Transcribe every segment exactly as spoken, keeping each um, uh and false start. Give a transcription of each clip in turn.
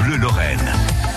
Bleu Lorraine.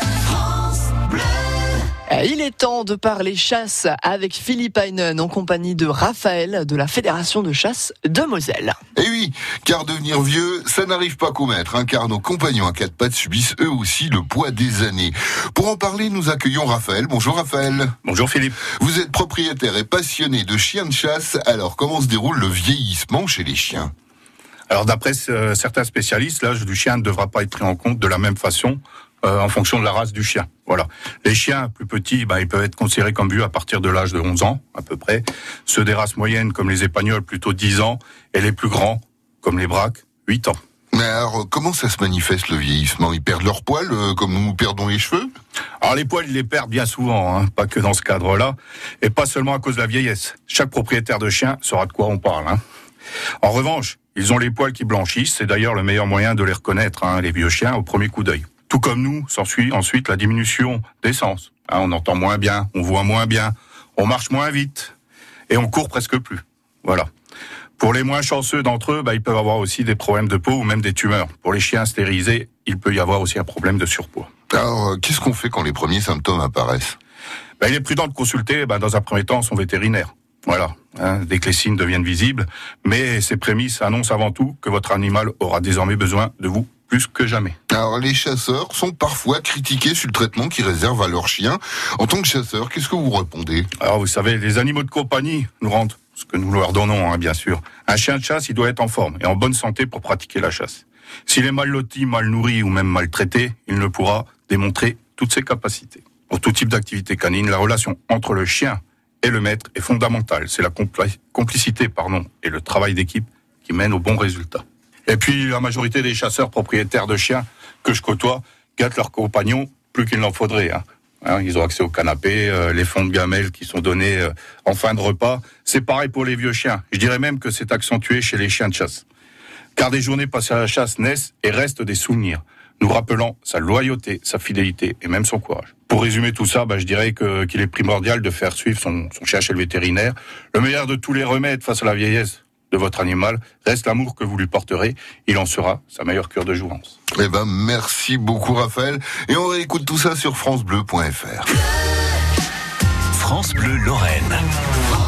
Il est temps de parler chasse avec Philippe Heinen en compagnie de Raphaël de la Fédération de chasse de Moselle. Et oui, car devenir vieux, ça n'arrive pas qu'aux maîtres, hein, car nos compagnons à quatre pattes subissent eux aussi le poids des années. Pour en parler, nous accueillons Raphaël. Bonjour Raphaël. Bonjour Philippe. Vous êtes propriétaire et passionné de chiens de chasse, alors comment se déroule le vieillissement chez les chiens ? Alors d'après euh, certains spécialistes, l'âge du chien ne devra pas être pris en compte de la même façon euh, en fonction de la race du chien. Voilà. Les chiens plus petits, bah, ils peuvent être considérés comme vieux à partir de l'âge de onze ans, à peu près. Ceux des races moyennes, comme les épagnols, plutôt dix ans. Et les plus grands, comme les braques, huit ans. Mais alors, comment ça se manifeste le vieillissement ? Ils perdent leurs poils, euh, comme nous perdons les cheveux ? Alors les poils, ils les perdent bien souvent, hein, pas que dans ce cadre-là, et pas seulement à cause de la vieillesse. Chaque propriétaire de chien saura de quoi on parle. Hein. En revanche, ils ont les poils qui blanchissent, c'est d'ailleurs le meilleur moyen de les reconnaître, hein, les vieux chiens, au premier coup d'œil. Tout comme nous, s'ensuit ensuite la diminution des sens. Hein, on entend moins bien, on voit moins bien, on marche moins vite, et on court presque plus. Voilà. Pour les moins chanceux d'entre eux, bah, ils peuvent avoir aussi des problèmes de peau ou même des tumeurs. Pour les chiens stérilisés, il peut y avoir aussi un problème de surpoids. Alors, qu'est-ce qu'on fait quand les premiers symptômes apparaissent ? Bah, il est prudent de consulter, bah, dans un premier temps, son vétérinaire. Voilà, hein, dès que les signes deviennent visibles, mais ces prémices annoncent avant tout que votre animal aura désormais besoin de vous plus que jamais. Alors, les chasseurs sont parfois critiqués sur le traitement qu'ils réservent à leurs chiens. En tant que chasseur, qu'est-ce que vous répondez ? Alors, vous savez, les animaux de compagnie nous rendent ce que nous leur donnons, hein, bien sûr. Un chien de chasse, il doit être en forme et en bonne santé pour pratiquer la chasse. S'il est mal loti, mal nourri ou même maltraité, il ne pourra démontrer toutes ses capacités. Pour tout type d'activité canine, la relation entre le chien et le maître est fondamentale. C'est la compli- complicité pardon, et le travail d'équipe qui mènent au bon résultat. Et puis, la majorité des chasseurs propriétaires de chiens que je côtoie gâtent leurs compagnons plus qu'il n'en faudrait. Hein. Hein, ils ont accès au canapé, euh, les fonds de gamelle qui sont donnés euh, en fin de repas. C'est pareil pour les vieux chiens. Je dirais même que c'est accentué chez les chiens de chasse. Car des journées passées à la chasse naissent et restent des souvenirs, nous rappelant sa loyauté, sa fidélité et même son courage. Pour résumer tout ça, bah, je dirais que, qu'il est primordial de faire suivre son, son chien chez le vétérinaire. Le meilleur de tous les remèdes face à la vieillesse de votre animal reste l'amour que vous lui porterez. Il en sera sa meilleure cure de jouvence. Eh ben, merci beaucoup Raphaël. Et on réécoute tout ça sur francebleu point f r. France Bleu Lorraine.